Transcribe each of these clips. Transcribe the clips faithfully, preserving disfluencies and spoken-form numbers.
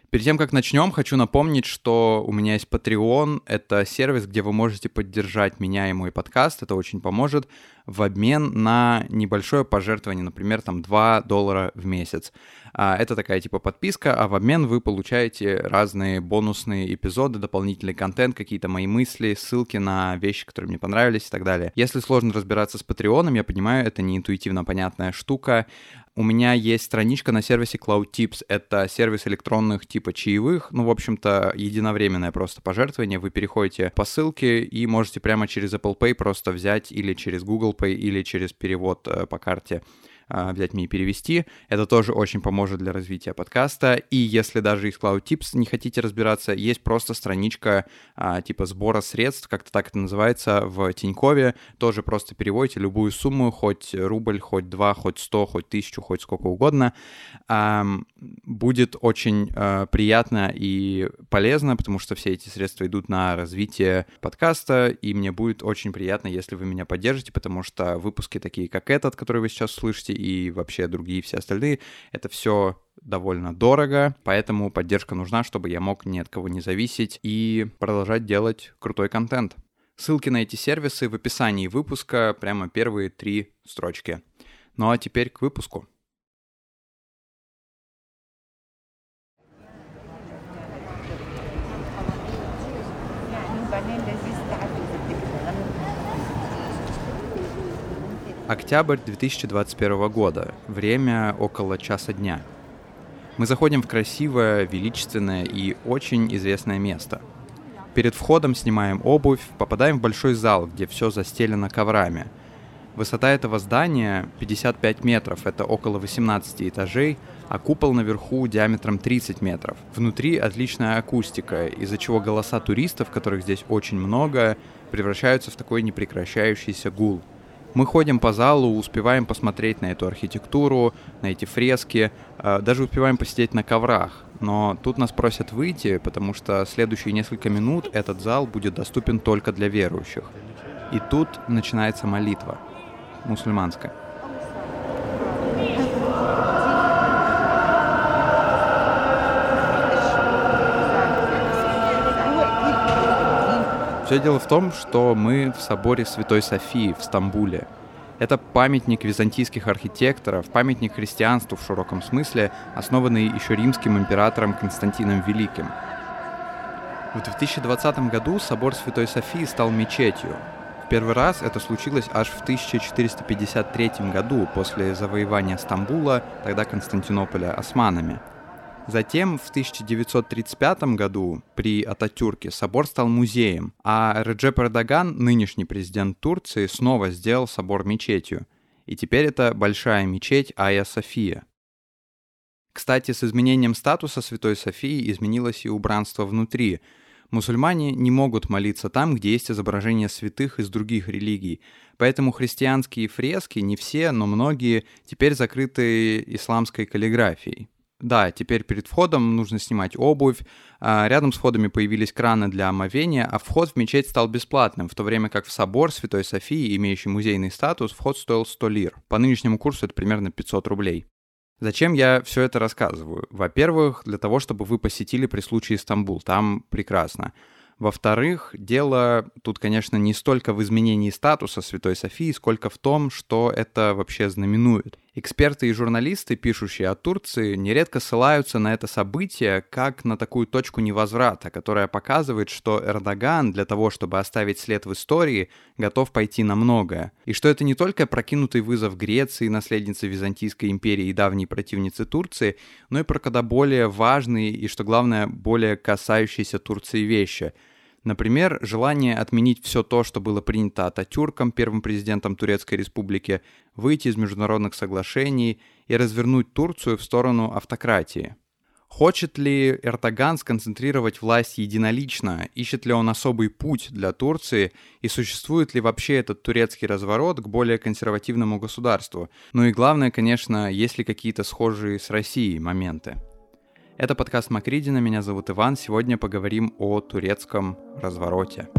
Перед тем, как начнем, хочу напомнить, что у меня есть Patreon. Это сервис, где вы можете поддержать меня и мой подкаст. Это очень поможет в обмен на небольшое пожертвование, например, там два доллара в месяц. Это такая типа подписка, а в обмен вы получаете разные бонусные эпизоды, дополнительный контент, какие-то мои мысли, ссылки на вещи, которые мне понравились и так далее. Если сложно разбираться с Patreon, я понимаю, это не интуитивно понятная штука. У меня есть страничка на сервисе CloudTips. Это сервис электронных типа чаевых. Ну, в общем-то, единовременное просто пожертвование. Вы переходите по ссылке и можете прямо через Apple Pay просто взять или через Google Pay, или через перевод по карте взять мне и перевести. Это тоже очень поможет для развития подкаста. И если даже из CloudTips не хотите разбираться, есть просто страничка а, типа сбора средств, как-то так это называется, в Тинькове. Тоже просто переводите любую сумму, хоть рубль, хоть два, хоть сто, хоть тысячу, хоть сколько угодно. А, будет очень а, приятно и полезно, потому что все эти средства идут на развитие подкаста, и мне будет очень приятно, если вы меня поддержите, потому что выпуски такие, как этот, который вы сейчас слышите, и вообще другие все остальные, это все довольно дорого, поэтому поддержка нужна, чтобы я мог ни от кого не зависеть и продолжать делать крутой контент. Ссылки на эти сервисы в описании выпуска, прямо первые три строчки. Ну а теперь к выпуску. Октябрь две тысячи двадцать первого года. Время около часа дня. Мы заходим в красивое, величественное и очень известное место. Перед входом снимаем обувь, попадаем в большой зал, где все застелено коврами. Высота этого здания пятьдесят пять метров, это около восемнадцать этажей, а купол наверху диаметром тридцать метров. Внутри отличная акустика, из-за чего голоса туристов, которых здесь очень много, превращаются в такой непрекращающийся гул. Мы ходим по залу, успеваем посмотреть на эту архитектуру, на эти фрески, даже успеваем посидеть на коврах. Но тут нас просят выйти, потому что следующие несколько минут этот зал будет доступен только для верующих. И тут начинается молитва, мусульманская. Все дело в том, что мы в соборе Святой Софии в Стамбуле. Это памятник византийских архитекторов, памятник христианству в широком смысле, основанный еще римским императором Константином Великим. В две тысячи двадцатом году собор Святой Софии стал мечетью. В первый раз это случилось аж в тысяча четыреста пятьдесят третьем году, после завоевания Стамбула, тогда Константинополя, османами. Затем в тысяча девятьсот тридцать пятом году при Ататюрке собор стал музеем, а Реджеп Эрдоган, нынешний президент Турции, снова сделал собор мечетью. И теперь это большая мечеть Айя София. Кстати, с изменением статуса Святой Софии изменилось и убранство внутри. Мусульмане не могут молиться там, где есть изображения святых из других религий, поэтому христианские фрески, не все, но многие, теперь закрыты исламской каллиграфией. Да, теперь перед входом нужно снимать обувь, рядом с входами появились краны для омовения, а вход в мечеть стал бесплатным, в то время как в собор Святой Софии, имеющий музейный статус, вход стоил сто лир. По нынешнему курсу это примерно пятьсот рублей. Зачем я все это рассказываю? Во-первых, для того, чтобы вы посетили при случае Стамбул, там прекрасно. Во-вторых, дело тут, конечно, не столько в изменении статуса Святой Софии, сколько в том, что это вообще знаменует. Эксперты и журналисты, пишущие о Турции, нередко ссылаются на это событие как на такую точку невозврата, которая показывает, что Эрдоган для того, чтобы оставить след в истории, готов пойти на многое. И что это не только прокинутый вызов Греции, наследницы Византийской империи и давней противницы Турции, но и про куда более важные и, что главное, более касающиеся Турции вещи. Например, желание отменить все то, что было принято Ататюрком, первым президентом Турецкой Республики, выйти из международных соглашений и развернуть Турцию в сторону автократии. Хочет ли Эрдоган сконцентрировать власть единолично? Ищет ли он особый путь для Турции? И существует ли вообще этот турецкий разворот к более консервативному государству? Ну и главное, конечно, есть ли какие-то схожие с Россией моменты? Это подкаст Макридина, меня зовут Иван. Сегодня поговорим о турецком развороте.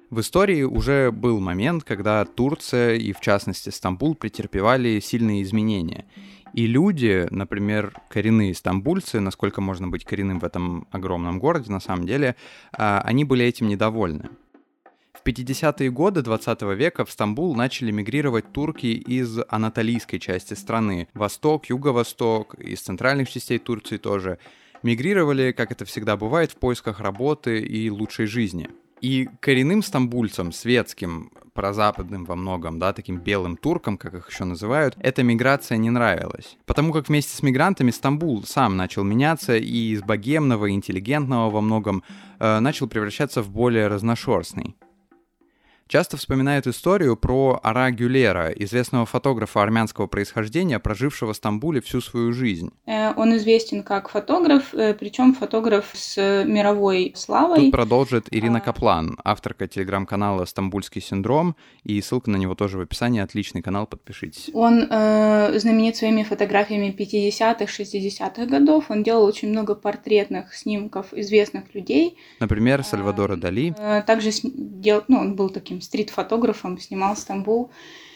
В истории уже был момент, когда Турция и, в частности, Стамбул претерпевали сильные изменения. И люди, например, коренные стамбульцы, насколько можно быть коренным в этом огромном городе, на самом деле, они были этим недовольны. В пятидесятые годы двадцатого века в Стамбул начали мигрировать турки из анатолийской части страны. Восток, юго-восток, из центральных частей Турции тоже. Мигрировали, как это всегда бывает, в поисках работы и лучшей жизни. И коренным стамбульцам, светским, прозападным во многом, да, таким белым туркам, как их еще называют, эта миграция не нравилась. Потому как вместе с мигрантами Стамбул сам начал меняться и из богемного, интеллигентного во многом э, начал превращаться в более разношерстный. Часто вспоминают историю про Ара Гюлера, известного фотографа армянского происхождения, прожившего в Стамбуле всю свою жизнь. Он известен как фотограф, причем фотограф с мировой славой. Тут продолжит Ирина Каплан, авторка телеграм-канала «Стамбульский синдром», и ссылка на него тоже в описании. Отличный канал, подпишитесь. Он э, знаменит своими фотографиями пятидесятых, шестидесятых годов. Он делал очень много портретных снимков известных людей. Например, Сальвадора Дали. Э, также дел... ну, он был таким стрит-фотографом, снимал Стамбул.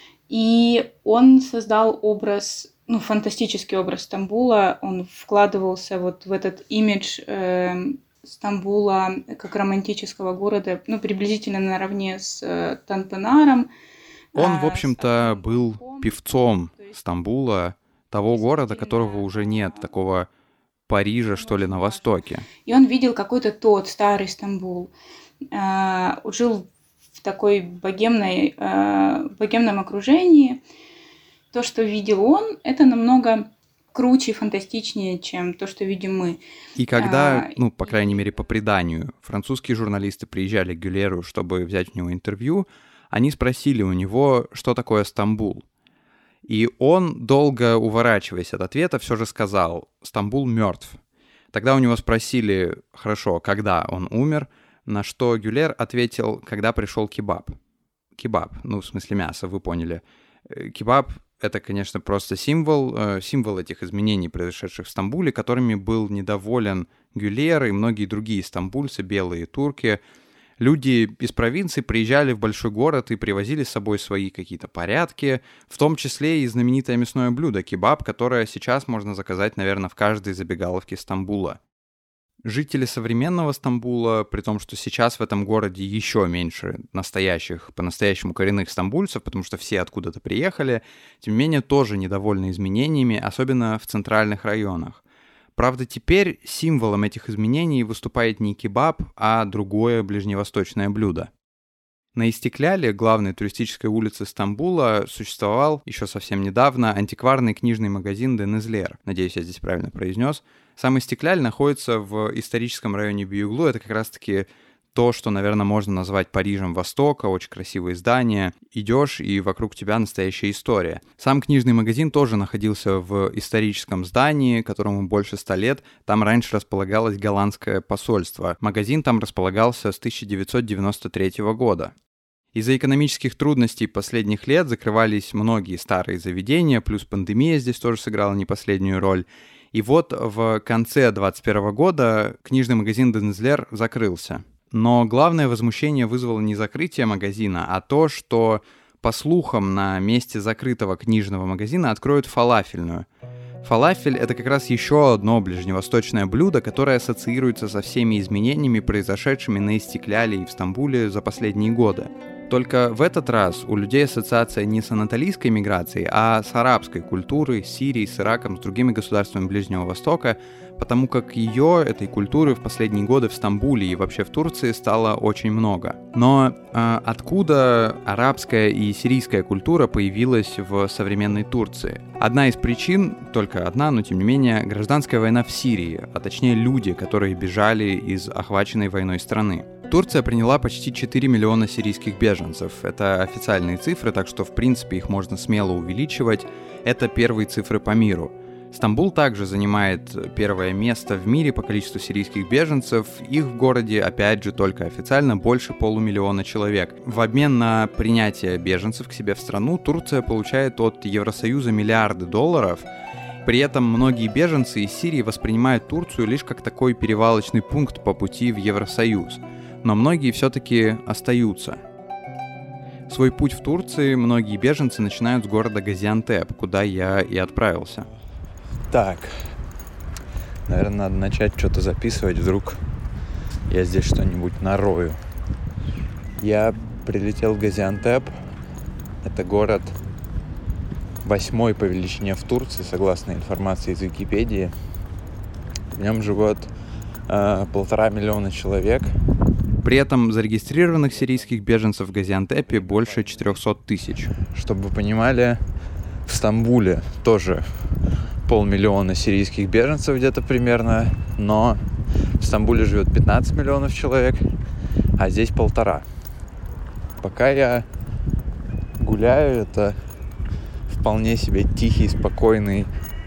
И он создал образ, ну, фантастический образ Стамбула. Он вкладывался вот в этот имидж э, Стамбула как романтического города, ну, приблизительно наравне с э, Танпынаром. Он, в общем-то, был певцом Стамбула, того города, которого уже нет, такого Парижа, что ли, на востоке. И он видел какой-то тот старый Стамбул. Э, жил в такой богемной, э, богемном окружении. То, что видел он, это намного круче и фантастичнее, чем то, что видим мы. И когда, а, ну, по крайней мере, по преданию, французские журналисты приезжали к Гюлеру, чтобы взять у него интервью, они спросили у него, что такое Стамбул. И он, долго уворачиваясь от ответа, все же сказал: «Стамбул мертв». Тогда у него спросили: хорошо, когда он умер? На что Гюлер ответил: когда пришел кебаб. Кебаб, ну, в смысле мясо, вы поняли. Кебаб — это, конечно, просто символ, э, символ этих изменений, произошедших в Стамбуле, которыми был недоволен Гюлер и многие другие стамбульцы, белые турки. Люди из провинции приезжали в большой город и привозили с собой свои какие-то порядки, в том числе и знаменитое мясное блюдо кебаб, которое сейчас можно заказать, наверное, в каждой забегаловке Стамбула. Жители современного Стамбула, при том, что сейчас в этом городе еще меньше настоящих, по-настоящему коренных стамбульцев, потому что все откуда-то приехали, тем не менее тоже недовольны изменениями, особенно в центральных районах. Правда, теперь символом этих изменений выступает не кебаб, а другое ближневосточное блюдо. На Истикляле, главной туристической улице Стамбула, существовал еще совсем недавно антикварный книжный магазин Денизлер. Надеюсь, я здесь правильно произнес. Сам Истикляль находится в историческом районе Бейоглу. Это как раз-таки то, что, наверное, можно назвать Парижем Востока. Очень красивые здания. Идешь, и вокруг тебя настоящая история. Сам книжный магазин тоже находился в историческом здании, которому больше ста лет. Там раньше располагалось голландское посольство. Магазин там располагался с тысяча девятьсот девяносто третьего года. Из-за экономических трудностей последних лет закрывались многие старые заведения, плюс пандемия здесь тоже сыграла не последнюю роль. И вот в конце двадцать первого года книжный магазин Денизлер закрылся. Но главное возмущение вызвало не закрытие магазина, а то, что, по слухам, на месте закрытого книжного магазина откроют фалафельную. Фалафель — это как раз еще одно ближневосточное блюдо, которое ассоциируется со всеми изменениями, произошедшими на Истикляле и в Стамбуле за последние годы. Только в этот раз у людей ассоциация не с анатолийской миграцией, а с арабской культурой, с Сирией, с Ираком, с другими государствами Ближнего Востока, потому как ее, этой культуры, в последние годы в Стамбуле и вообще в Турции стало очень много. Но э, откуда арабская и сирийская культура появилась в современной Турции? Одна из причин, только одна, но тем не менее, гражданская война в Сирии, а точнее люди, которые бежали из охваченной войной страны. Турция приняла почти четыре миллиона сирийских беженцев. Это официальные цифры, так что в принципе их можно смело увеличивать. Это первые цифры по миру. Стамбул также занимает первое место в мире по количеству сирийских беженцев. Их в городе, опять же, только официально больше полумиллиона человек. В обмен на принятие беженцев к себе в страну Турция получает от Евросоюза миллиарды долларов. При этом многие беженцы из Сирии воспринимают Турцию лишь как такой перевалочный пункт по пути в Евросоюз. Но многие все-таки остаются. Свой путь в Турции многие беженцы начинают с города Газиантеп, куда я и отправился. Так, наверное, надо начать что-то записывать, вдруг я здесь что-нибудь нарою. Я прилетел в Газиантеп. Это город восьмой по величине в Турции, согласно информации из Википедии. В нем живет э, полтора миллиона человек. При этом зарегистрированных сирийских беженцев в Газиантепе больше четыреста тысяч. Чтобы вы понимали, в Стамбуле тоже полмиллиона сирийских беженцев где-то примерно, но в Стамбуле живет пятнадцать миллионов человек, а здесь полтора. Пока я гуляю, это вполне себе тихий, спокойный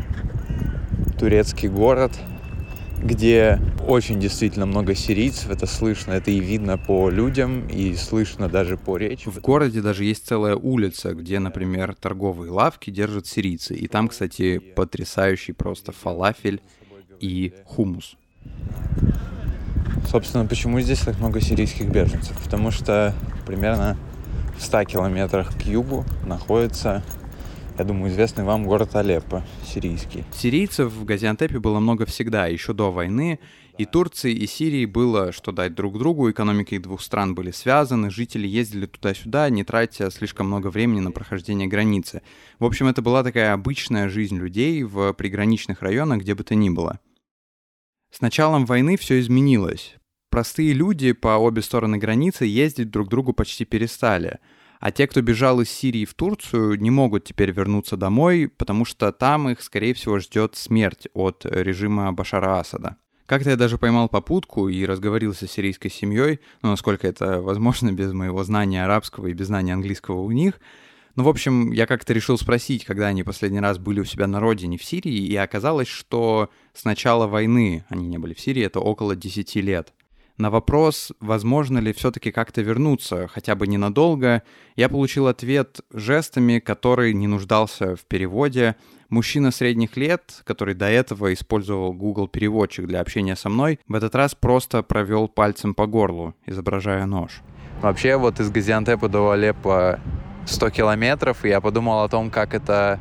турецкий город, где очень действительно много сирийцев. Это слышно, это и видно по людям, и слышно даже по речи. В городе даже есть целая улица, где, например, торговые лавки держат сирийцы. И там, кстати, потрясающий просто фалафель и хумус. Собственно, почему здесь так много сирийских беженцев? Потому что примерно в ста километрах к югу находится, я думаю, известный вам город Алеппо, сирийский. Сирийцев в Газиантепе было много всегда, еще до войны. И Турции, и Сирии было что дать друг другу, экономики двух стран были связаны, жители ездили туда-сюда, не тратя слишком много времени на прохождение границы. В общем, это была такая обычная жизнь людей в приграничных районах, где бы то ни было. С началом войны все изменилось. Простые люди по обе стороны границы ездить друг к другу почти перестали. А те, кто бежал из Сирии в Турцию, не могут теперь вернуться домой, потому что там их, скорее всего, ждет смерть от режима Башара Асада. Как-то я даже поймал попутку и разговорился с сирийской семьей, ну, насколько это возможно без моего знания арабского и без знания английского у них. Ну, в общем, я как-то решил спросить, когда они последний раз были у себя на родине в Сирии, и оказалось, что с начала войны они не были в Сирии, это около десяти лет. На вопрос, возможно ли все-таки как-то вернуться, хотя бы ненадолго, я получил ответ жестами, который не нуждался в переводе. Мужчина средних лет, который до этого использовал Google переводчик для общения со мной, в этот раз просто провел пальцем по горлу, изображая нож. Вообще, вот из Газиантепа до Алеппо сто километров, и я подумал о том, как это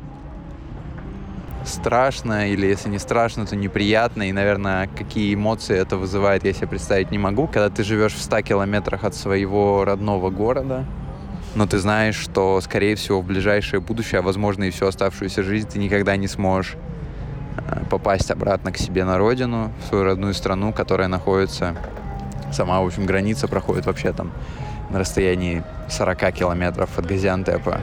страшно, или если не страшно, то неприятно, и, наверное, какие эмоции это вызывает, я себе представить не могу. Когда ты живешь в ста километрах от своего родного города, но ты знаешь, что, скорее всего, в ближайшее будущее, а возможно и всю оставшуюся жизнь, ты никогда не сможешь попасть обратно к себе на родину, в свою родную страну, которая находится, сама, в общем, граница проходит вообще там на расстоянии сорока километров от Газиантепа.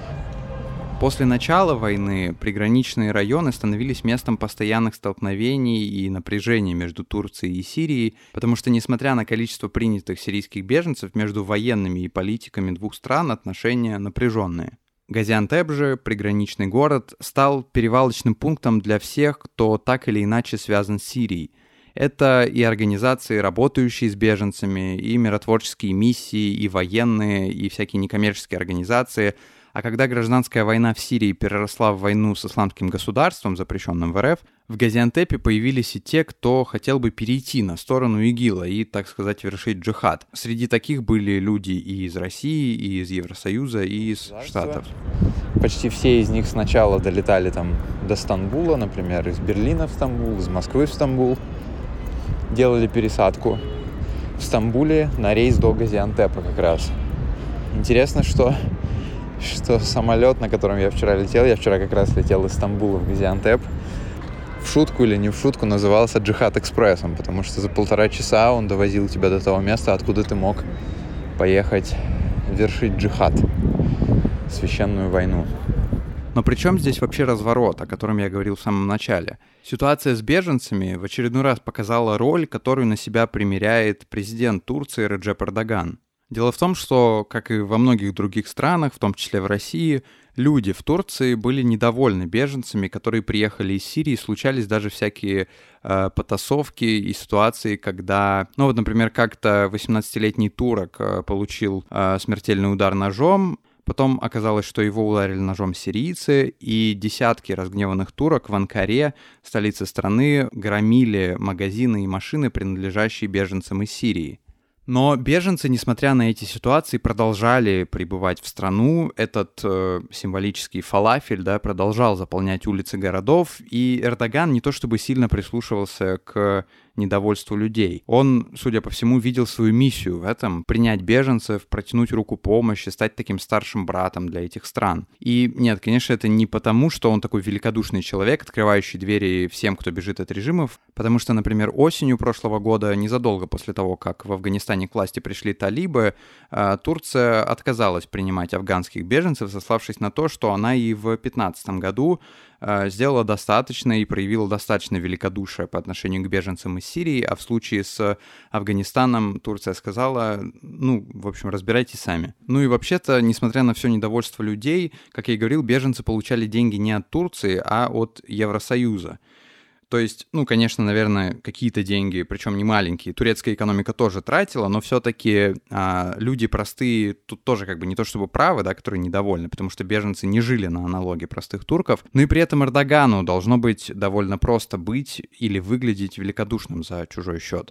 После начала войны приграничные районы становились местом постоянных столкновений и напряжений между Турцией и Сирией, потому что, несмотря на количество принятых сирийских беженцев, между военными и политиками двух стран отношения напряженные. Газиантеп же, приграничный город, стал перевалочным пунктом для всех, кто так или иначе связан с Сирией. Это и организации, работающие с беженцами, и миротворческие миссии, и военные, и всякие некоммерческие организации. А когда гражданская война в Сирии переросла в войну с исламским государством, запрещенным в РФ, в Газиантепе появились и те, кто хотел бы перейти на сторону ИГИЛа и, так сказать, вершить джихад. Среди таких были люди и из России, и из Евросоюза, и из Штатов. Почти все из них сначала долетали там до Стамбула, например, из Берлина в Стамбул, из Москвы в Стамбул. Делали пересадку в Стамбуле на рейс до Газиантепа как раз. Интересно, что... что самолет, на котором я вчера летел, я вчера как раз летел из Стамбула в Газиантеп, в шутку или не в шутку назывался Джихад-экспрессом, потому что за полтора часа он довозил тебя до того места, откуда ты мог поехать вершить джихад, священную войну. Но при чем здесь вообще разворот, о котором я говорил в самом начале? Ситуация с беженцами в очередной раз показала роль, которую на себя примеряет президент Турции Реджеп Эрдоган. Дело в том, что, как и во многих других странах, в том числе в России, люди в Турции были недовольны беженцами, которые приехали из Сирии. Случались даже всякие э, потасовки и ситуации, когда, ну вот, например, как-то восемнадцатилетний турок э, получил э, смертельный удар ножом, потом оказалось, что его ударили ножом сирийцы, и десятки разгневанных турок в Анкаре, столице страны, громили магазины и машины, принадлежащие беженцам из Сирии. Но беженцы, несмотря на эти ситуации, продолжали прибывать в страну. Этот э, символический фалафель, да, продолжал заполнять улицы городов, и Эрдоган не то чтобы сильно прислушивался к недовольству людей. Он, судя по всему, видел свою миссию в этом — принять беженцев, протянуть руку помощи, стать таким старшим братом для этих стран. И нет, конечно, это не потому, что он такой великодушный человек, открывающий двери всем, кто бежит от режимов, потому что, например, осенью прошлого года, незадолго после того, как в Афганистане к власти пришли талибы, Турция отказалась принимать афганских беженцев, сославшись на то, что она и в две тысячи пятнадцатом году сделала достаточно и проявила достаточно великодушия по отношению к беженцам из Сирии, а в случае с Афганистаном Турция сказала, ну, в общем, разбирайтесь сами. Ну и вообще-то, несмотря на все недовольство людей, как я и говорил, беженцы получали деньги не от Турции, а от Евросоюза. То есть, ну, конечно, наверное, какие-то деньги, причем не маленькие, турецкая экономика тоже тратила, но все-таки а, люди простые тут тоже как бы не то чтобы правы, да, которые недовольны, потому что беженцы не жили на налоги простых турков. Ну и при этом Эрдогану должно быть довольно просто быть или выглядеть великодушным за чужой счет.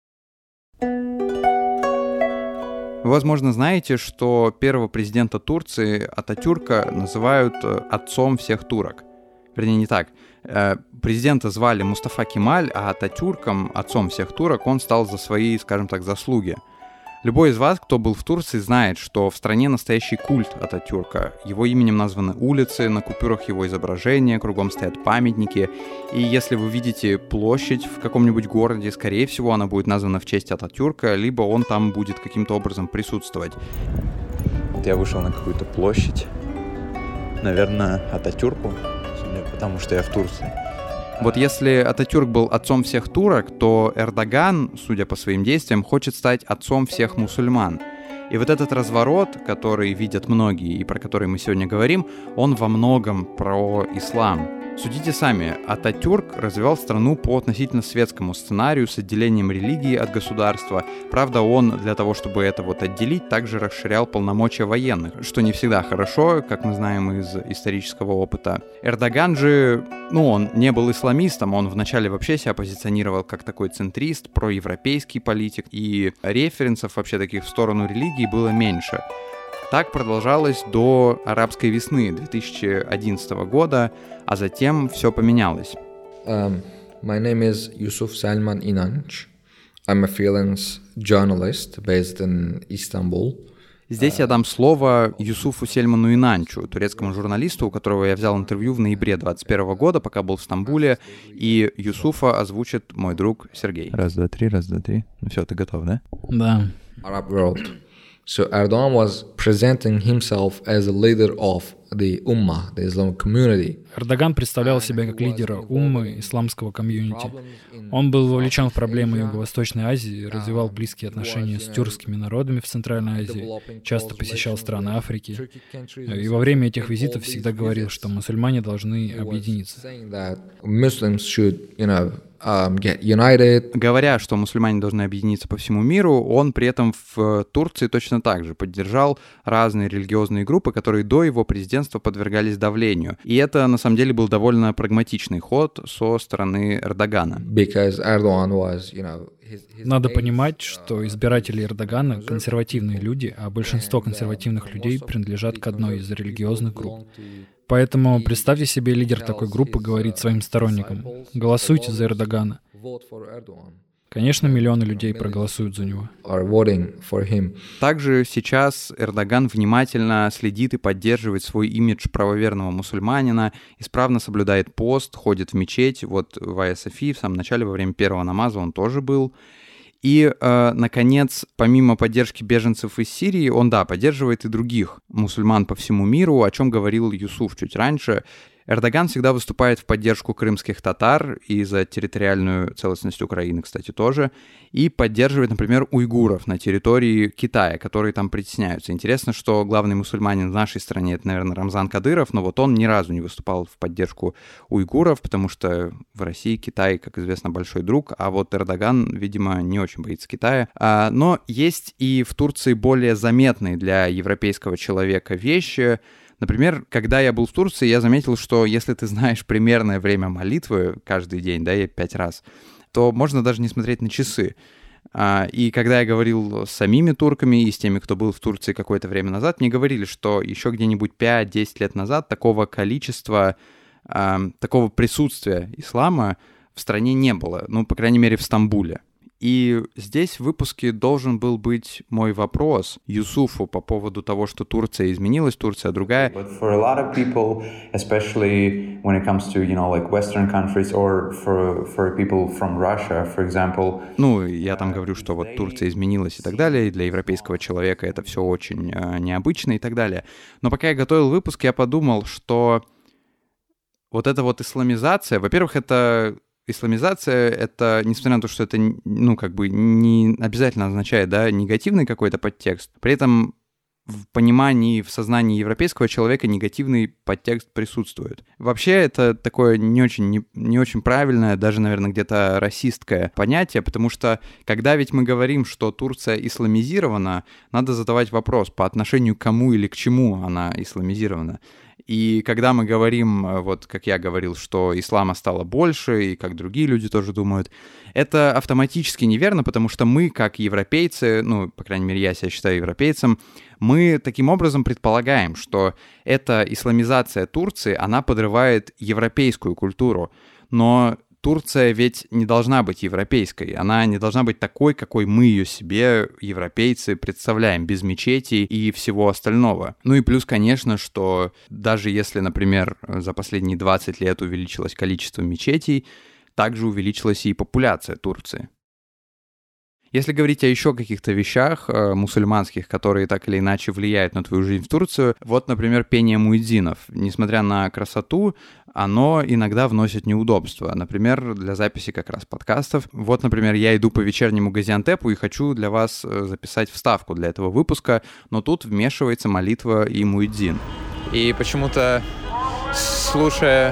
Вы, возможно, знаете, что первого президента Турции Ататюрка называют отцом всех турок. Вернее, не так. Президента звали Мустафа Кемаль, а Ататюрком, отцом всех турок, он стал за свои, скажем так, заслуги. Любой из вас, кто был в Турции, знает, что в стране настоящий культ Ататюрка. Его именем названы улицы, на купюрах его изображения, кругом стоят памятники. И если вы видите площадь в каком-нибудь городе, скорее всего, она будет названа в честь Ататюрка, либо он там будет каким-то образом присутствовать. Вот я вышел на какую-то площадь, наверное, Ататюрку, потому что я в Турции. Вот если Ататюрк был отцом всех турок, то Эрдоган, судя по своим действиям, хочет стать отцом всех мусульман. И вот этот разворот, который видят многие и про который мы сегодня говорим, он во многом про ислам. Судите сами, Ататюрк развивал страну по относительно светскому сценарию с отделением религии от государства. Правда, он для того, чтобы это вот отделить, также расширял полномочия военных, что не всегда хорошо, как мы знаем из исторического опыта. Эрдоган же, ну, он не был исламистом, он вначале вообще себя позиционировал как такой центрист, проевропейский политик, и референсов вообще таких в сторону религии было меньше. Так продолжалось до арабской весны две тысячи одиннадцатого года, а затем все поменялось. Um, my name is Yusuf Salman Inanç. I'm a freelance journalist based in Istanbul. Здесь я дам слово Юсуфу Сельману Инанчу, турецкому журналисту, у которого я взял интервью в ноябре двадцать первого года, пока был в Стамбуле, и Юсуфа озвучит мой друг Сергей. Раз, два, три, раз, два, три. Ну все, ты готов, да? Да. Arab world. So Erdogan was presenting himself as a leader of the Ummah, the Islamic community. Эрдоган представлял себя как лидера уммы, исламского комьюнити. Он был вовлечен в проблемы Юго-Восточной Азии, развивал близкие отношения с тюркскими народами в Центральной Азии, часто посещал страны Африки. И во время этих визитов всегда говорил, что мусульмане должны объединиться. Um, get united. Говоря, что мусульмане должны объединиться по всему миру, он при этом в Турции точно так же поддержал разные религиозные группы, которые до его президентства подвергались давлению. И это, на самом деле, был довольно прагматичный ход со стороны Эрдогана. Because Erdogan was, you know, his, his Надо понимать, что избиратели Эрдогана — консервативные люди, а большинство консервативных людей принадлежат к одной из религиозных групп. Поэтому представьте себе, лидер такой группы говорит своим сторонникам: «Голосуйте за Эрдогана». Конечно, миллионы людей проголосуют за него. Также сейчас Эрдоган внимательно следит и поддерживает свой имидж правоверного мусульманина, исправно соблюдает пост, ходит в мечеть. Вот в Айя Софии в самом начале, во время первого намаза он тоже был. И, э, наконец, помимо поддержки беженцев из Сирии, он, да, поддерживает и других мусульман по всему миру, о чем говорил Юсуф чуть раньше. Эрдоган всегда выступает в поддержку крымских татар и за территориальную целостность Украины, кстати, тоже, и поддерживает, например, уйгуров на территории Китая, которые там притесняются. Интересно, что главный мусульманин в нашей стране — это, наверное, Рамзан Кадыров, но вот он ни разу не выступал в поддержку уйгуров, потому что в России Китай, как известно, большой друг, а вот Эрдоган, видимо, не очень боится Китая. А, но есть и в Турции более заметные для европейского человека вещи. Например, когда я был в Турции, я заметил, что если ты знаешь примерное время молитвы каждый день, да, и пять раз, то можно даже не смотреть на часы. И когда я говорил с самими турками и с теми, кто был в Турции какое-то время назад, мне говорили, что еще где-нибудь пять-десять лет назад такого количества, такого присутствия ислама в стране не было, ну, по крайней мере, в Стамбуле. И здесь в выпуске должен был быть мой вопрос Юсуфу по поводу того, что Турция изменилась, Турция другая. But for a lot of people, especially when it comes to, you know, like Western countries or for for people from Russia, for example. Ну, я там говорю, что вот Турция изменилась и так далее, и для европейского человека это все очень э, необычно и так далее. Но пока я готовил выпуск, я подумал, что вот эта вот исламизация, во-первых, это... Исламизация — это, несмотря на то, что это, ну, как бы не обязательно означает, да, негативный какой-то подтекст, при этом в понимании, в сознании европейского человека негативный подтекст присутствует. Вообще это такое не очень, не, не очень правильное, даже, наверное, где-то расистское понятие, потому что когда ведь мы говорим, что Турция исламизирована, надо задавать вопрос, по отношению к кому или к чему она исламизирована. И когда мы говорим, вот как я говорил, что ислама стало больше, и как другие люди тоже думают, это автоматически неверно, потому что мы, как европейцы, ну, по крайней мере, я себя считаю европейцем, мы таким образом предполагаем, что эта исламизация Турции, она подрывает европейскую культуру. Но Турция ведь не должна быть европейской, она не должна быть такой, какой мы ее себе, европейцы, представляем, без мечетей и всего остального. Ну и плюс, конечно, что даже если, например, за последние двадцать лет увеличилось количество мечетей, также увеличилась и популяция Турции. Если говорить о еще каких-то вещах э, мусульманских, которые так или иначе влияют на твою жизнь в Турцию, вот, например, пение муэдзинов. Несмотря на красоту, оно иногда вносит неудобства. Например, для записи как раз подкастов. Вот, например, я иду по вечернему Газиантепу и хочу для вас записать вставку для этого выпуска, но тут вмешивается молитва и муэдзин. И почему-то, слушая...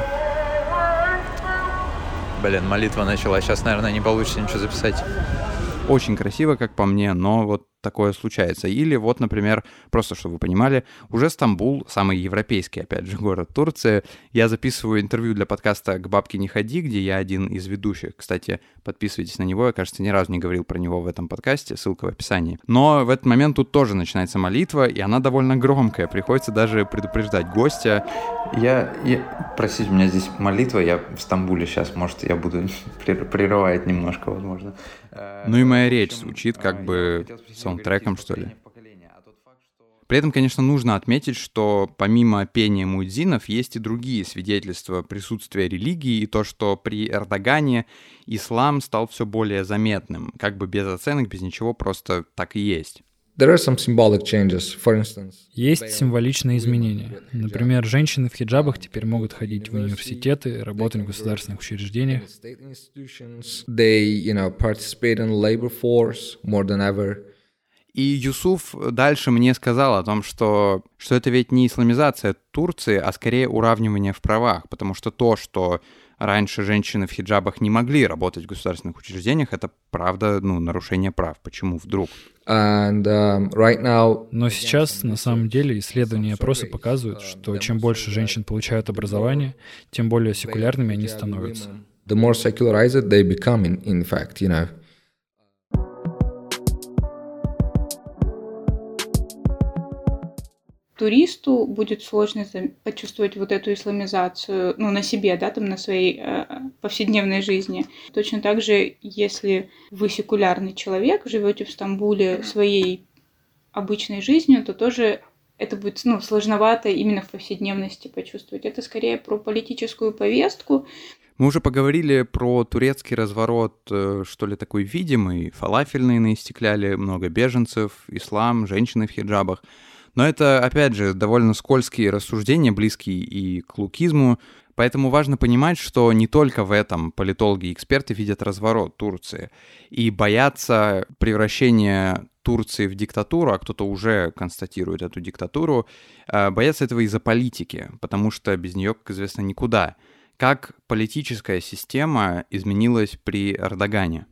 Блин, молитва началась. Сейчас, наверное, не получится ничего записать. Очень красиво, как по мне, но вот такое случается. Или вот, например, просто чтобы вы понимали, уже Стамбул, самый европейский, опять же, город Турции. Я записываю интервью для подкаста «К бабке не ходи», где я один из ведущих. Кстати, подписывайтесь на него, я, кажется, ни разу не говорил про него в этом подкасте, ссылка в описании. Но в этот момент тут тоже начинается молитва, и она довольно громкая, приходится даже предупреждать гостя. Я, я... Простите, у меня здесь молитва, я в Стамбуле сейчас, может, я буду прерывать немножко, возможно. Ну и моя речь звучит как бы саундтреком, что ли. При этом, конечно, нужно отметить, что помимо пения муэдзинов есть и другие свидетельства присутствия религии, и то, что при Эрдогане ислам стал все более заметным, как бы без оценок, без ничего, просто так и есть. There are some symbolic changes. For instance, есть символичные изменения. Например, женщины в хиджабах теперь могут ходить в университеты, работать в государственных учреждениях. They, you know, participate in labor force more than ever. И Юсуф дальше мне сказал о том, что, что это ведь не исламизация Турции, а скорее уравнивание в правах, потому что то, что раньше женщины в хиджабах не могли работать в государственных учреждениях, это правда, ну, нарушение прав. Почему вдруг? And, um, right now... Но сейчас, на самом деле, исследования и опросы показывают, что чем больше женщин получают образование, тем более секулярными они становятся. The more secularized they become, in, in fact, you know. Туристу будет сложно почувствовать вот эту исламизацию, ну, на себе, да, там, на своей э, повседневной жизни. Точно так же, если вы секулярный человек, живете в Стамбуле своей обычной жизнью, то тоже это будет, ну, сложновато именно в повседневности почувствовать. Это скорее про политическую повестку. Мы уже поговорили про турецкий разворот, что ли, такой видимый. Фалафельные наистекляли, много беженцев, ислам, женщины в хиджабах. Но это, опять же, довольно скользкие рассуждения, близкие и к лукизму. Поэтому важно понимать, что не только в этом политологи и эксперты видят разворот Турции. И боятся превращения Турции в диктатуру, а кто-то уже констатирует эту диктатуру, боятся этого из-за политики, потому что без нее, как известно, никуда. Как политическая система изменилась при Эрдогане?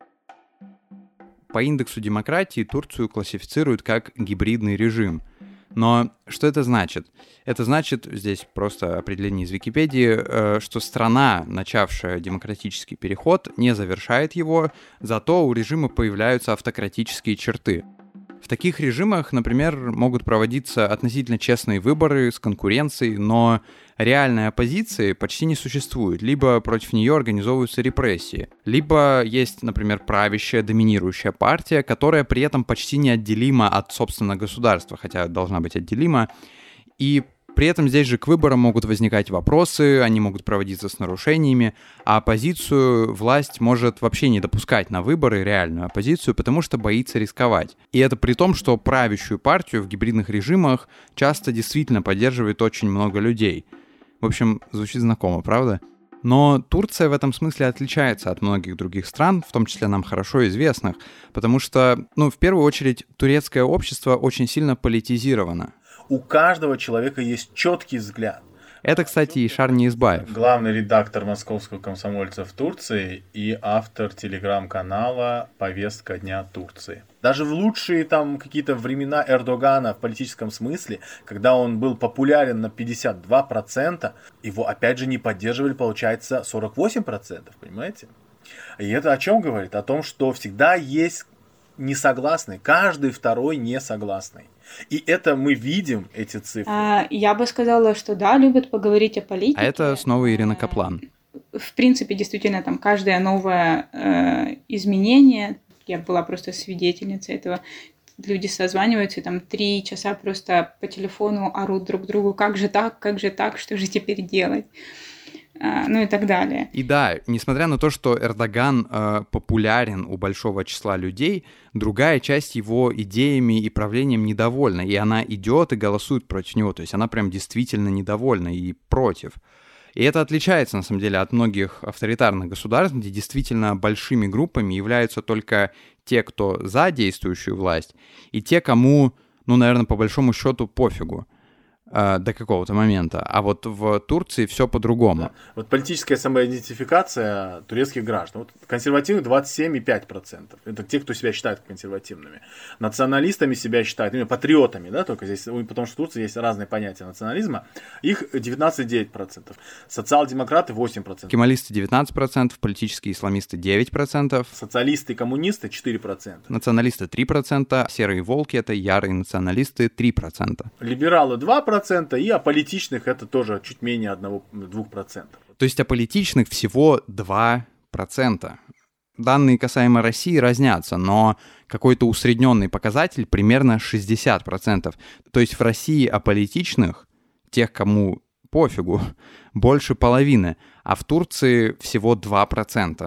По индексу демократии Турцию классифицируют как гибридный режим. Но что это значит? Это значит, здесь просто определение из Википедии, что страна, начавшая демократический переход, не завершает его, зато у режима появляются автократические черты. В таких режимах, например, могут проводиться относительно честные выборы с конкуренцией, но реальной оппозиции почти не существует, либо против нее организовываются репрессии, либо есть, например, правящая, доминирующая партия, которая при этом почти неотделима от, собственно, государства, хотя должна быть отделима, и при этом здесь же к выборам могут возникать вопросы, они могут проводиться с нарушениями, а оппозицию власть может вообще не допускать на выборы, реальную оппозицию, потому что боится рисковать. И это при том, что правящую партию в гибридных режимах часто действительно поддерживает очень много людей. В общем, звучит знакомо, правда? Но Турция в этом смысле отличается от многих других стран, в том числе нам хорошо известных, потому что, ну, в первую очередь, турецкое общество очень сильно политизировано. У каждого человека есть четкий взгляд. Это, кстати, Ишар Неизбаев. Главный редактор «Московского комсомольца» в Турции и автор телеграм-канала «Повестка дня Турции». Даже в лучшие там какие-то времена Эрдогана в политическом смысле, когда он был популярен на пятьдесят два процента, его опять же не поддерживали, получается, сорок восемь процентов, понимаете? И это о чем говорит? О том, что всегда есть несогласный, каждый второй несогласный. И это мы видим, эти цифры. А, я бы сказала, что да, любят поговорить о политике. А это снова Ирина Каплан. В принципе, действительно, там каждое новое э, изменение, я была просто свидетельницей этого, люди созваниваются и там три часа просто по телефону орут друг другу, как же так, как же так, что же теперь делать? Ну и так далее. И да, несмотря на то, что Эрдоган э, популярен у большого числа людей, другая часть его идеями и правлением недовольна, и она идет и голосует против него, то есть она прям действительно недовольна и против. И это отличается, на самом деле, от многих авторитарных государств, где действительно большими группами являются только те, кто за действующую власть, и те, кому, ну, наверное, по большому счету пофигу до какого-то момента. А вот в Турции все по-другому. Да. Вот политическая самоидентификация турецких граждан. Вот консервативных двадцать семь и пять десятых процента. Это те, кто себя считает консервативными. Националистами себя считают, именно патриотами, да, только здесь, потому что в Турции есть разные понятия национализма. Их девяносто девять процентов. Социал-демократы восемь процентов. Кемалисты девятнадцать процентов, политические исламисты девять процентов. Социалисты и коммунисты четыре процента. Националисты три процента. Серые волки — это ярые националисты три процента. Либералы два процента. И аполитичных это тоже чуть менее одного-двух процентов. То есть аполитичных всего два процента. Данные касаемо России разнятся, но какой-то усредненный показатель примерно шестьдесят процентов. То есть в России аполитичных, тех, кому пофигу, больше половины, а в Турции всего два процента.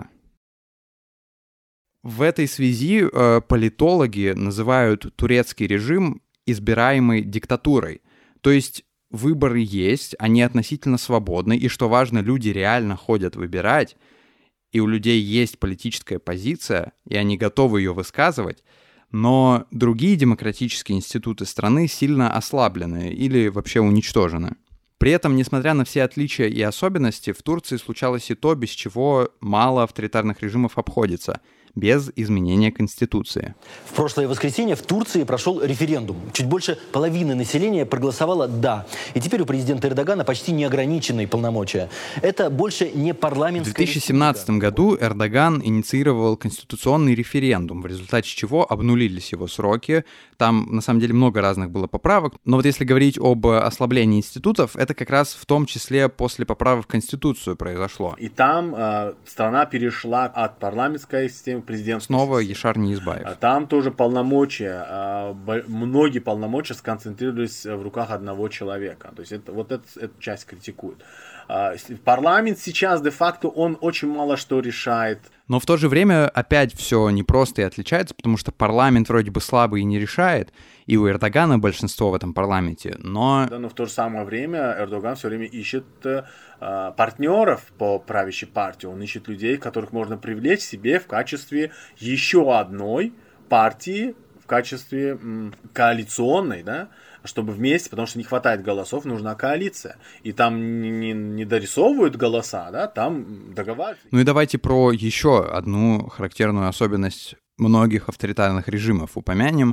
В этой связи э, политологи называют турецкий режим избираемой диктатурой. То есть выборы есть, они относительно свободны, и, что важно, люди реально ходят выбирать, и у людей есть политическая позиция, и они готовы ее высказывать, но другие демократические институты страны сильно ослаблены или вообще уничтожены. При этом, несмотря на все отличия и особенности, в Турции случалось и то, без чего мало авторитарных режимов обходится — без изменения Конституции. В прошлое воскресенье в Турции прошел референдум. Чуть больше половины населения проголосовало «да». И теперь у президента Эрдогана почти неограниченные полномочия. Это больше не парламентская... В две тысячи семнадцатом году Эрдоган инициировал конституционный референдум, в результате чего обнулились его сроки. Там, на самом деле, много разных было поправок. Но вот если говорить об ослаблении институтов, это как раз в том числе после поправок в Конституцию произошло. И там э, страна перешла от парламентской системы президентской. Снова Ишар Неизбаев. Там тоже полномочия, многие полномочия сконцентрировались в руках одного человека. То есть это, вот это, эту часть критикуют. Парламент сейчас де-факто он очень мало что решает. Но в то же время опять все непросто и отличается, потому что парламент вроде бы слабый и не решает, и у Эрдогана большинство в этом парламенте, но... Да, но в то же самое время Эрдоган все время ищет э, партнеров по правящей партии, он ищет людей, которых можно привлечь себе в качестве еще одной партии, в качестве м, коалиционной, да, чтобы вместе, потому что не хватает голосов, нужна коалиция. И там не, не, не дорисовывают голоса, да, там договариваются. Ну и давайте про еще одну характерную особенность многих авторитарных режимов упомянем.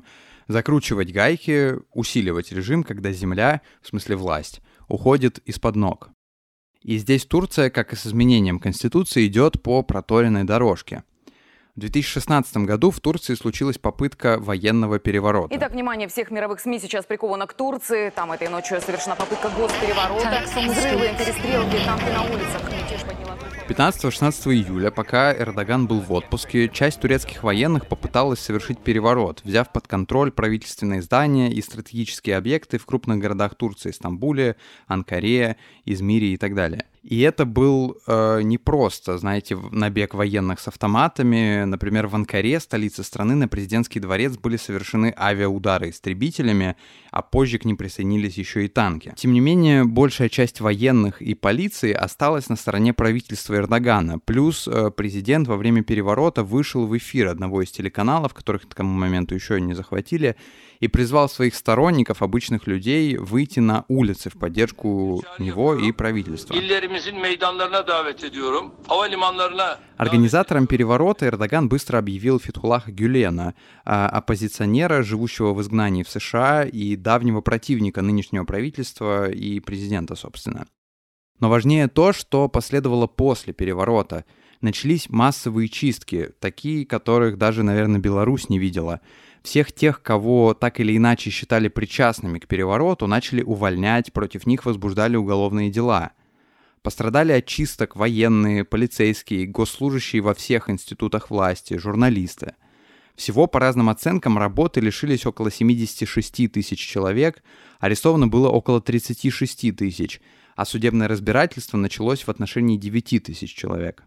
закручивать гайки, усиливать режим, когда земля, в смысле власть, уходит из-под ног. И здесь Турция, как и с изменением Конституции, идет по проторенной дорожке. В две тысячи шестнадцатом году в Турции случилась попытка военного переворота. Итак, внимание всех мировых СМИ сейчас приковано к Турции. Там этой ночью совершена попытка госпереворота. Взрывы, перестрелки, танки на улицах. Мятеж подняла... пятнадцатого-шестнадцатого июля, пока Эрдоган был в отпуске, часть турецких военных попыталась совершить переворот, взяв под контроль правительственные здания и стратегические объекты в крупных городах Турции: Стамбуле, Анкаре, Измире и так далее. И это был э, не просто, знаете, набег военных с автоматами. Например, в Анкаре, столице страны, на президентский дворец были совершены авиаудары истребителями, а позже к ним присоединились еще и танки. Тем не менее, большая часть военных и полиции осталась на стороне правительства Эрдогана. Плюс э, президент во время переворота вышел в эфир одного из телеканалов, которых к тому моменту еще не захватили, и призвал своих сторонников, обычных людей, выйти на улицы в поддержку него и правительства. Организатором переворота Эрдоган быстро объявил Фетхуллаха Гюлена, оппозиционера, живущего в изгнании в США и давнего противника нынешнего правительства и президента, собственно. Но важнее то, что последовало после переворота. Начались массовые чистки, такие, которых даже, наверное, Беларусь не видела. Всех тех, кого так или иначе считали причастными к перевороту, начали увольнять, против них возбуждали уголовные дела. Пострадали от чисток военные, полицейские, госслужащие во всех институтах власти, журналисты. Всего, по разным оценкам, работы лишились около семьдесят шесть тысяч человек, арестовано было около тридцать шесть тысяч, а судебное разбирательство началось в отношении девять тысяч человек.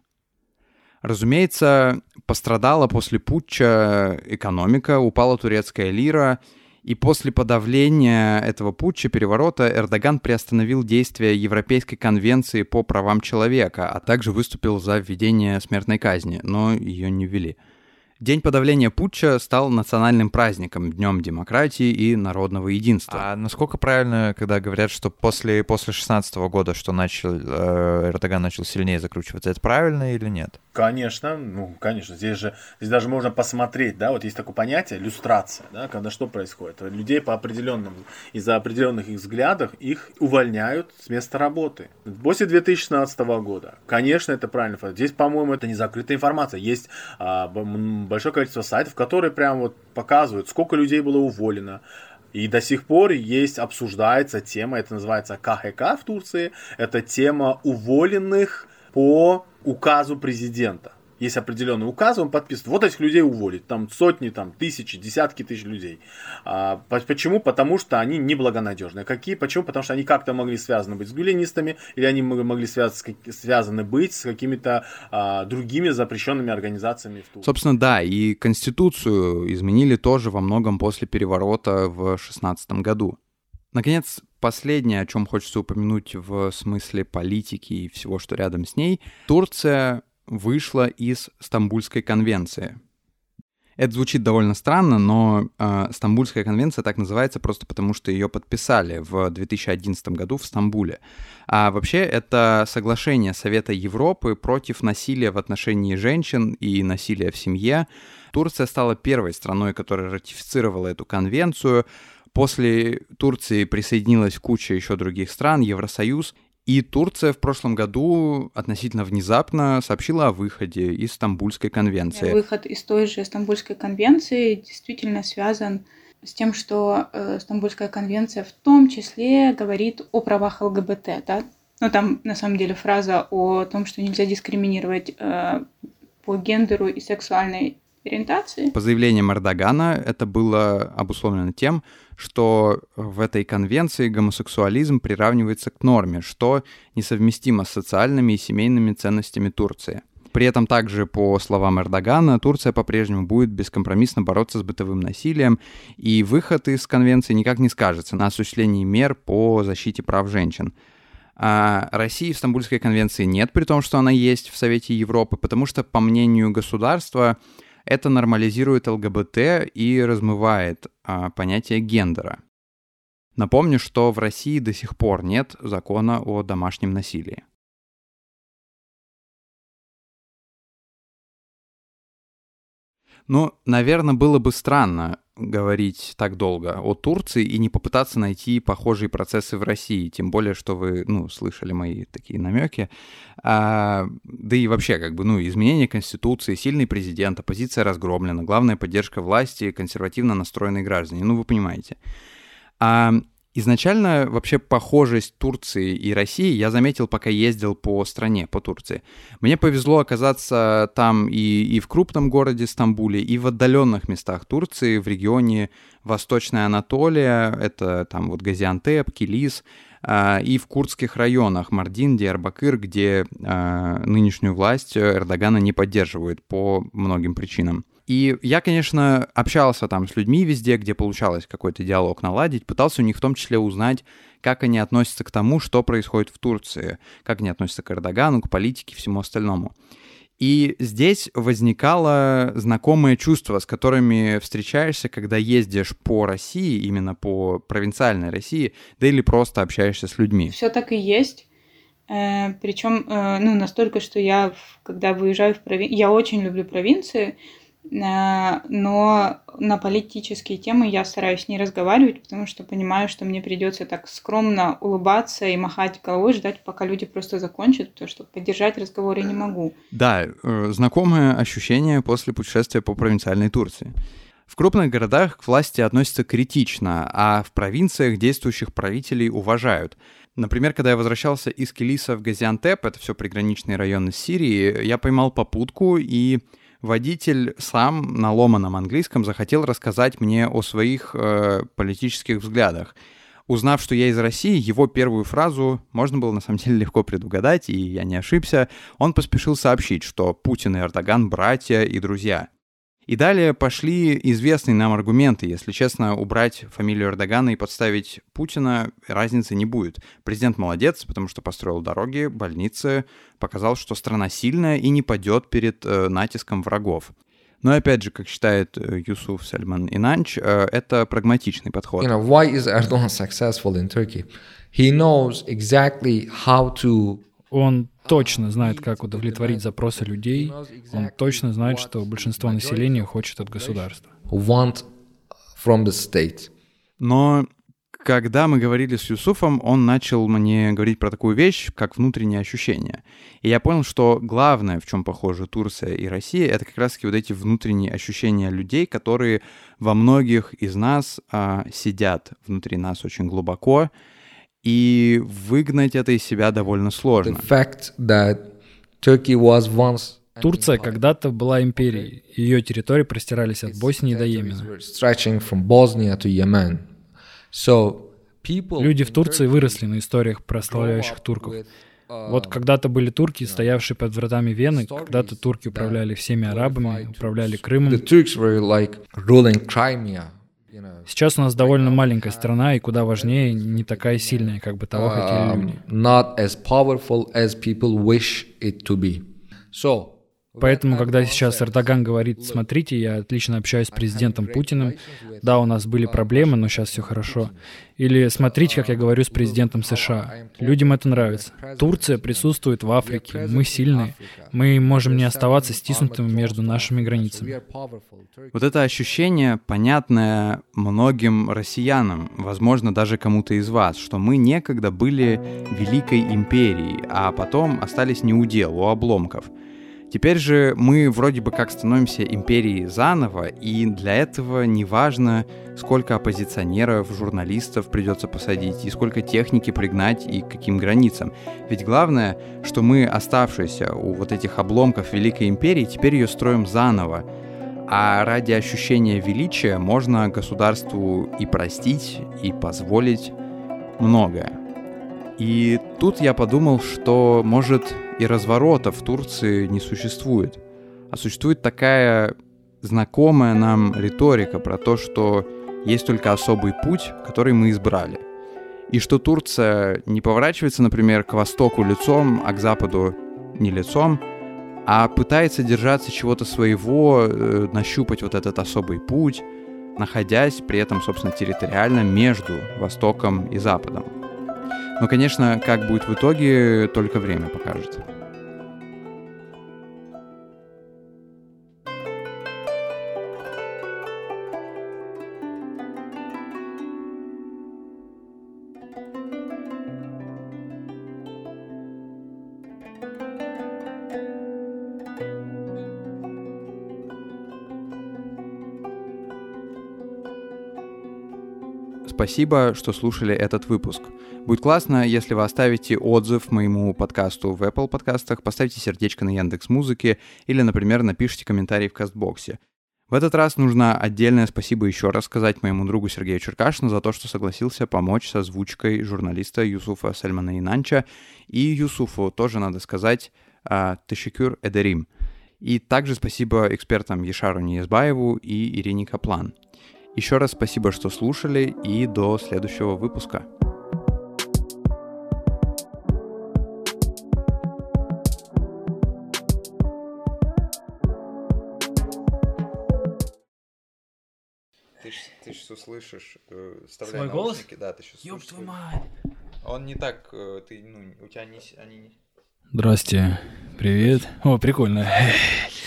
Разумеется, пострадала после путча экономика, упала турецкая лира, и после подавления этого путча, переворота, Эрдоган приостановил действие Европейской конвенции по правам человека, а также выступил за введение смертной казни, но ее не ввели. День подавления путча стал национальным праздником, днем демократии и народного единства. А насколько правильно, когда говорят, что после, после шестнадцатого года, что начал, э, Эрдоган начал сильнее закручиваться, это правильно или нет? Конечно, ну, конечно, здесь же, здесь даже можно посмотреть, да, вот есть такое понятие, люстрация, да, когда что происходит? Людей по определенным, из-за определенных их взглядов, их увольняют с места работы. После две тысячи шестнадцатого года, конечно, это правильно. Здесь, по-моему, это не закрытая информация, есть а, большое количество сайтов, которые прям вот показывают, сколько людей было уволено. И до сих пор есть, обсуждается тема, это называется ка ха ка в Турции, это тема уволенных по указу президента. Есть определенный указ, он подписывает. Вот этих людей уволить. Там сотни, там, тысячи, десятки тысяч людей. А, почему? Потому что они неблагонадежные. Какие? Почему? Потому что они как-то могли связаны быть с гюленистами, или они могли связаны, связаны быть с какими-то а, другими запрещенными организациями в Турции. Собственно, да, и Конституцию изменили тоже во многом после переворота в шестнадцатом году. Наконец, последнее, о чем хочется упомянуть в смысле политики и всего, что рядом с ней. Турция вышла из Стамбульской конвенции. Это звучит довольно странно, но э, Стамбульская конвенция так называется просто потому, что ее подписали в две тысячи одиннадцатом году в Стамбуле. А вообще это соглашение Совета Европы против насилия в отношении женщин и насилия в семье. Турция стала первой страной, которая ратифицировала эту конвенцию. После Турции присоединилась куча еще других стран, Евросоюз. И Турция в прошлом году относительно внезапно сообщила о выходе из Стамбульской конвенции. Выход из той же Стамбульской конвенции действительно связан с тем, что э, Стамбульская конвенция в том числе говорит о правах эл гэ бэ тэ. Да? Ну, там на самом деле фраза о том, что нельзя дискриминировать э, по гендеру и сексуальной ориентации. По заявлениям Эрдогана это было обусловлено тем, что в этой конвенции гомосексуализм приравнивается к норме, что несовместимо с социальными и семейными ценностями Турции. При этом также, по словам Эрдогана, Турция по-прежнему будет бескомпромиссно бороться с бытовым насилием, и выход из конвенции никак не скажется на осуществлении мер по защите прав женщин. А России в Стамбульской конвенции нет, при том, что она есть в Совете Европы, потому что, по мнению государства, это нормализирует эл гэ бэ тэ и размывает а, понятие гендера. Напомню, что в России до сих пор нет закона о домашнем насилии. Ну, наверное, было бы странно говорить так долго о Турции и не попытаться найти похожие процессы в России, тем более, что вы, ну, слышали мои такие намеки. А, да и вообще, как бы, ну, изменение Конституции, сильный президент, оппозиция разгромлена, главная поддержка власти, консервативно настроенные граждане. Ну, вы понимаете. А изначально вообще похожесть Турции и России я заметил, пока ездил по стране, по Турции. Мне повезло оказаться там и, и в крупном городе Стамбуле, и в отдаленных местах Турции, в регионе Восточная Анатолия, это там вот Газиантеп, Килис, э, и в курдских районах Мардин, Диярбакыр, где э, нынешнюю власть Эрдогана не поддерживают по многим причинам. И я, конечно, общался там с людьми везде, где получалось какой-то диалог наладить, пытался у них в том числе узнать, как они относятся к тому, что происходит в Турции, как они относятся к Эрдогану, к политике, всему остальному. И здесь возникало знакомое чувство, с которыми встречаешься, когда ездишь по России, именно по провинциальной России, да или просто общаешься с людьми. Все так и есть. Причем, ну, настолько, что я, когда выезжаю в провинцию, я очень люблю провинции, но на политические темы я стараюсь не разговаривать, потому что понимаю, что мне придется так скромно улыбаться и махать головой, ждать, пока люди просто закончат, потому что поддержать разговор я не могу. Да, знакомое ощущение после путешествия по провинциальной Турции. В крупных городах к власти относятся критично, а в провинциях действующих правителей уважают. Например, когда я возвращался из Килиса в Газиантеп, это все приграничные районы с Сирией, я поймал попутку, и водитель сам на ломаном английском захотел рассказать мне о своих э, политических взглядах. Узнав, что я из России, его первую фразу можно было на самом деле легко предугадать, и я не ошибся. Он поспешил сообщить, что Путин и Эрдоган — братья и друзья. И далее пошли известные нам аргументы. Если честно, убрать фамилию Эрдогана и подставить Путина разницы не будет. Президент молодец, потому что построил дороги, больницы, показал, что страна сильная и не падет перед э, натиском врагов. Но опять же, как считает э, Юсуф Сальман Инанч, э, это прагматичный подход. You know, why is Erdogan successful in Turkey? He knows exactly how to... Он точно знает, как удовлетворить запросы людей. Он точно знает, что большинство населения хочет от государства. Want from the state. Но когда мы говорили с Юсуфом, он начал мне говорить про такую вещь, как внутренние ощущения. И я понял, что главное, в чем похожи Турция и Россия, это как раз-таки вот эти внутренние ощущения людей, которые во многих из нас а, сидят внутри нас очень глубоко, и выгнать это из себя довольно сложно. Турция когда-то была империей. Ее территории простирались от Боснии до Йемена. Люди в Турции выросли на историях прославляющих турков. Вот когда-то были турки, стоявшие под вратами Вены, когда-то турки управляли всеми арабами, управляли Крымом. Сейчас у нас довольно маленькая страна, и куда важнее, не такая сильная, как бы того хотели люди. Not as powerful as people wish it to be. So, Поэтому, когда сейчас Эрдоган говорит: смотрите, я отлично общаюсь с президентом Путиным, да, у нас были проблемы, но сейчас все хорошо. Или смотрите, как я говорю с президентом США. Людям это нравится. Турция присутствует в Африке, мы сильные, мы можем не оставаться стиснутыми между нашими границами. Вот это ощущение, понятное многим россиянам, возможно, даже кому-то из вас, что мы некогда были великой империей, а потом остались неудел, у обломков. Теперь же мы вроде бы как становимся империей заново, и для этого не важно, сколько оппозиционеров, журналистов придется посадить, и сколько техники пригнать, и к каким границам. Ведь главное, что мы, оставшиеся у вот этих обломков Великой империи, теперь ее строим заново. А ради ощущения величия можно государству и простить, и позволить многое. И тут я подумал, что, может, и разворота в Турции не существует, а существует такая знакомая нам риторика про то, что есть только особый путь, который мы избрали. И что Турция не поворачивается, например, к востоку лицом, а к западу не лицом, а пытается держаться чего-то своего, э, нащупать вот этот особый путь, находясь при этом, собственно, территориально между Востоком и Западом. Но, конечно, как будет в итоге, только время покажет. спасибо, что слушали этот выпуск. Будет классно, если вы оставите отзыв моему подкасту в Apple подкастах, поставите сердечко на Яндекс.Музыке или, например, напишите комментарий в Кастбоксе. В этот раз нужно отдельное спасибо еще раз сказать моему другу Сергею Черкашину за то, что согласился помочь с озвучкой журналиста Юсуфа Сальмана Инанча. И Юсуфу тоже надо сказать «Тешекюр эдерим». И также спасибо экспертам Ешару Ниязбаеву и Ирине Каплан. Еще раз спасибо, что слушали, и до следующего выпуска. Ты ж, ты ж услышишь, э, вставляй свой наушники, голос? Да, ты сейчас Ёб слышишь. твою мать. Он не так, э, ты, ну, у тебя не, они не... Здрасте, привет. О, прикольно.